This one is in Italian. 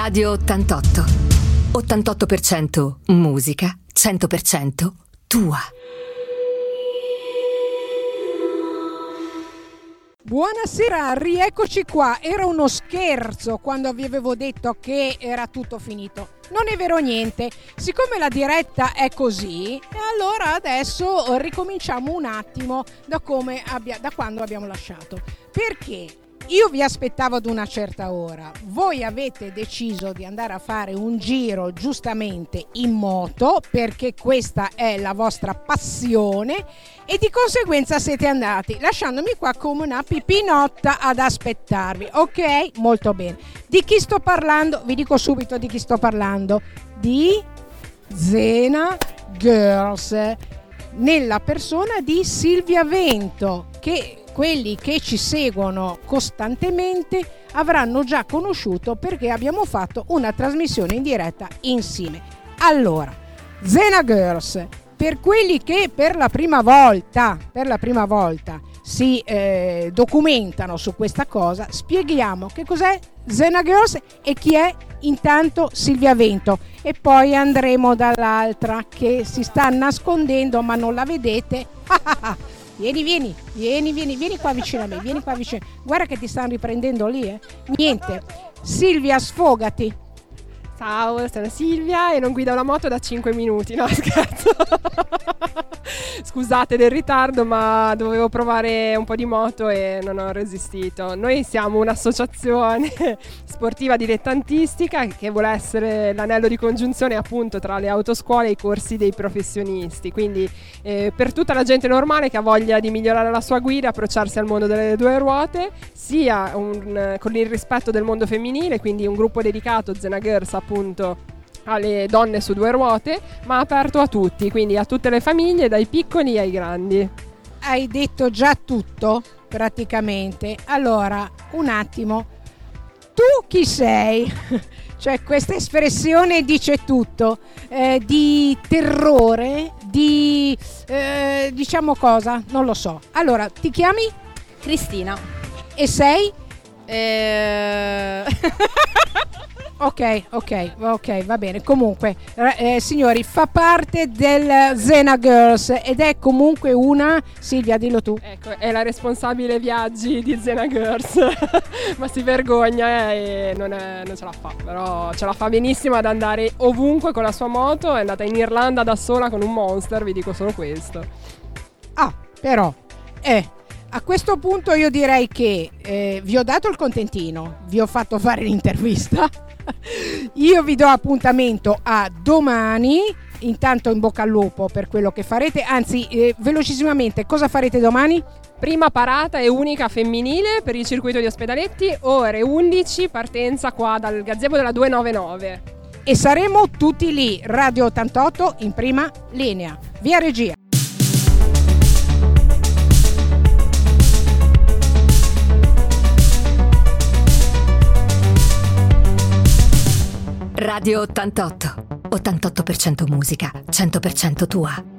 Radio 88. 88% musica, 100% tua. Buonasera, rieccoci qua. Era uno scherzo quando vi avevo detto che era tutto finito. Non è vero niente. Siccome la diretta è così, allora adesso ricominciamo un attimo da quando abbiamo lasciato. Perché io vi aspettavo ad una certa ora. Voi avete deciso di andare a fare un giro giustamente in moto, perché questa è la vostra passione, e di conseguenza siete andati lasciandomi qua come una pipinotta ad aspettarvi. Ok? Molto bene. Di chi sto parlando? Vi dico subito di chi sto parlando. Di Zena Girls, nella persona di Silvia Vento, che quelli che ci seguono costantemente avranno già conosciuto perché abbiamo fatto una trasmissione in diretta insieme. Allora, Zena Girls, per quelli che per la prima volta si documentano su questa cosa, spieghiamo che cos'è Zena Girls e chi è intanto Silvia Vento, e poi andremo dall'altra che si sta nascondendo ma non la vedete. Vieni qua vicino a me, guarda che ti stanno riprendendo lì, Niente, Silvia, sfogati. Ciao, sono Silvia e non guido la moto da 5 minuti, no scherzo. Scusate del ritardo, ma dovevo provare un po' di moto e non ho resistito. Noi siamo un'associazione sportiva dilettantistica che vuole essere l'anello di congiunzione appunto tra le autoscuole e i corsi dei professionisti, quindi per tutta la gente normale che ha voglia di migliorare la sua guida, approcciarsi al mondo delle due ruote, sia con il rispetto del mondo femminile, quindi un gruppo dedicato, Zena Girls, appunto alle donne su due ruote, ma aperto a tutti, quindi a tutte le famiglie, dai piccoli ai grandi. Hai detto già tutto praticamente. Allora, un attimo, tu chi sei? Cioè, questa espressione dice tutto, di terrore, di diciamo cosa? Non lo so. Allora, ti chiami? Cristina. E sei? Ok, va bene. Comunque, signori, fa parte del Zena Girls ed è comunque una... Silvia, dillo tu. Ecco, è la responsabile viaggi di Zena Girls, ma si vergogna e non ce la fa, però ce la fa benissimo ad andare ovunque con la sua moto. È andata in Irlanda da sola con un Monster, vi dico solo questo. Ah, però, a questo punto io direi che vi ho dato il contentino, vi ho fatto fare l'intervista. Io vi do appuntamento a domani. Intanto in bocca al lupo per quello che farete. Anzi, velocissimamente, cosa farete domani? Prima parata e unica femminile per il circuito di Ospedaletti, ore 11, partenza qua dal gazebo della 299. E saremo tutti lì, Radio 88 in prima linea. Via regia. Radio 88. 88% musica, 100% tua.